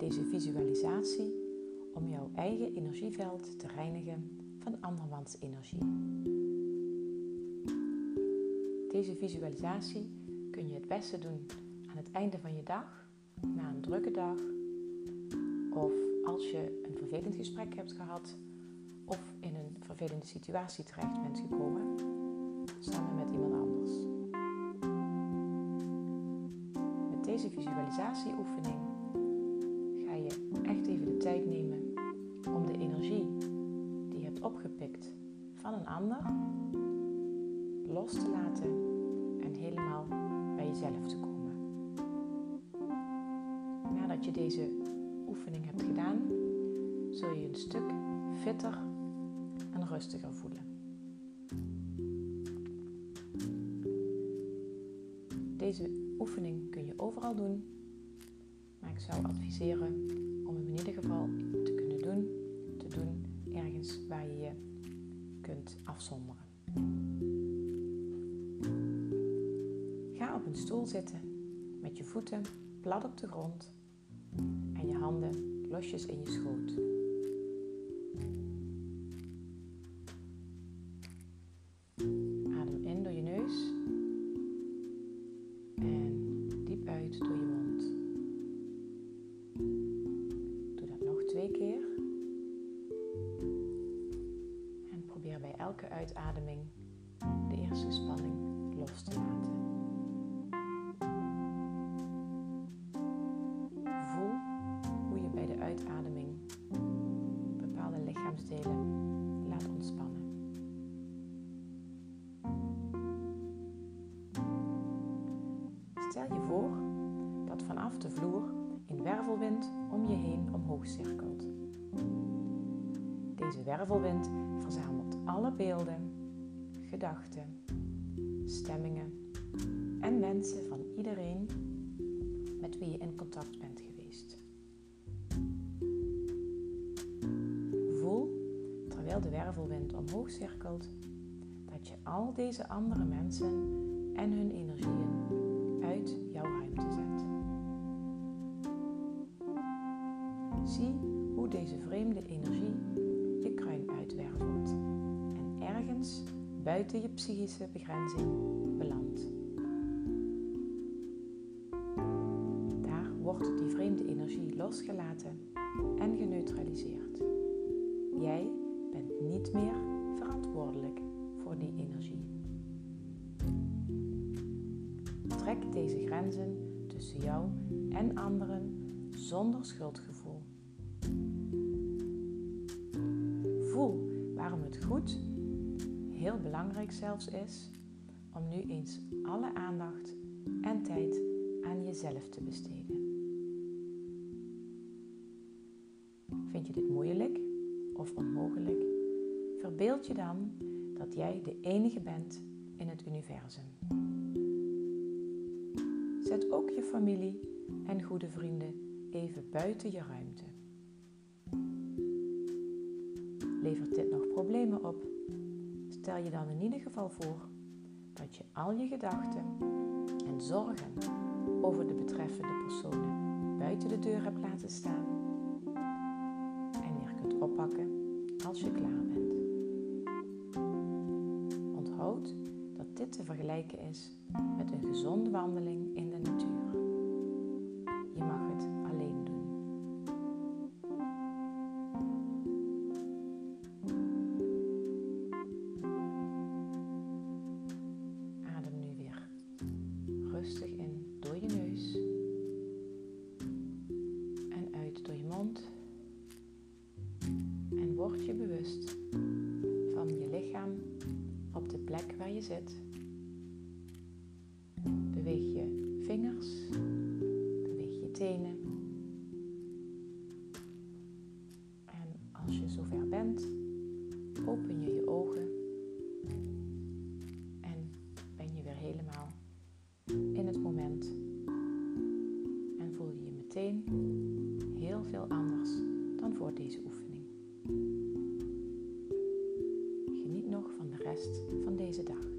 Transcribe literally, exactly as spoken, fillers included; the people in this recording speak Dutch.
deze visualisatie om jouw eigen energieveld te reinigen van andermans energie. Deze visualisatie kun je het beste doen aan het einde van je dag, na een drukke dag, of als je een vervelend gesprek hebt gehad of in een vervelende situatie terecht bent gekomen, samen met iemand anders. Met deze visualisatieoefening ga je echt even de tijd nemen om de energie die je hebt opgepikt van een ander los te laten en helemaal bij jezelf te komen. Nadat je deze oefening hebt gedaan, zul je je een stuk fitter en rustiger voelen. Deze oefening kun je overal doen, maar ik zou adviseren om hem in ieder geval te kunnen doen, te doen ergens waar je je kunt afzonderen. Ga op een stoel zitten met je voeten plat op de grond en je handen losjes in je schoot. Adem in door je neus en diep uit door je mond. Doe dat nog twee keer en probeer bij elke uitademing de eerste spanning los te laten. Voel hoe je bij de uitademing bepaalde lichaamsdelen laat ontspannen. Stel je voor dat vanaf de vloer een wervelwind om je heen omhoog cirkelt. Deze wervelwind verzamelt alle beelden, gedachten, stemmingen en wensen van iedereen met wie je in contact bent geweest. Voel, terwijl de wervelwind omhoog cirkelt, dat je al deze andere mensen en hun energieën uit jouw ruimte zet. Zie hoe deze vreemde energie je kruin uitwervelt en ergens buiten je psychische begrenzing belandt. Daar wordt die vreemde energie losgelaten en geneutraliseerd. Jij bent niet meer verantwoordelijk voor die energie. Trek deze grenzen tussen jou en anderen zonder schuldgevoel. Voel waarom het goed, heel belangrijk zelfs is, om nu eens alle aandacht en tijd aan jezelf te besteden. Vind je dit moeilijk of onmogelijk? Verbeeld je dan dat jij de enige bent in het universum. Zet ook je familie en goede vrienden even buiten je ruimte. Levert dit nog problemen op? Stel je dan in ieder geval voor dat je al je gedachten en zorgen over de betreffende personen buiten de deur hebt laten staan en weer kunt oppakken als je klaar bent. Onthoud dat dit te vergelijken is met een gezonde wandeling in de natuur. Je mag het alleen doen. Adem nu weer rustig in door je neus en uit door je mond. En word je bewust van je lichaam op de plek waar je zit. Beweeg je vingers, beweeg je tenen. En als je zover bent, open je je ogen en ben je weer helemaal in het moment. En voel je je meteen heel veel anders dan voor deze oefening. Geniet nog van de rest van deze dag.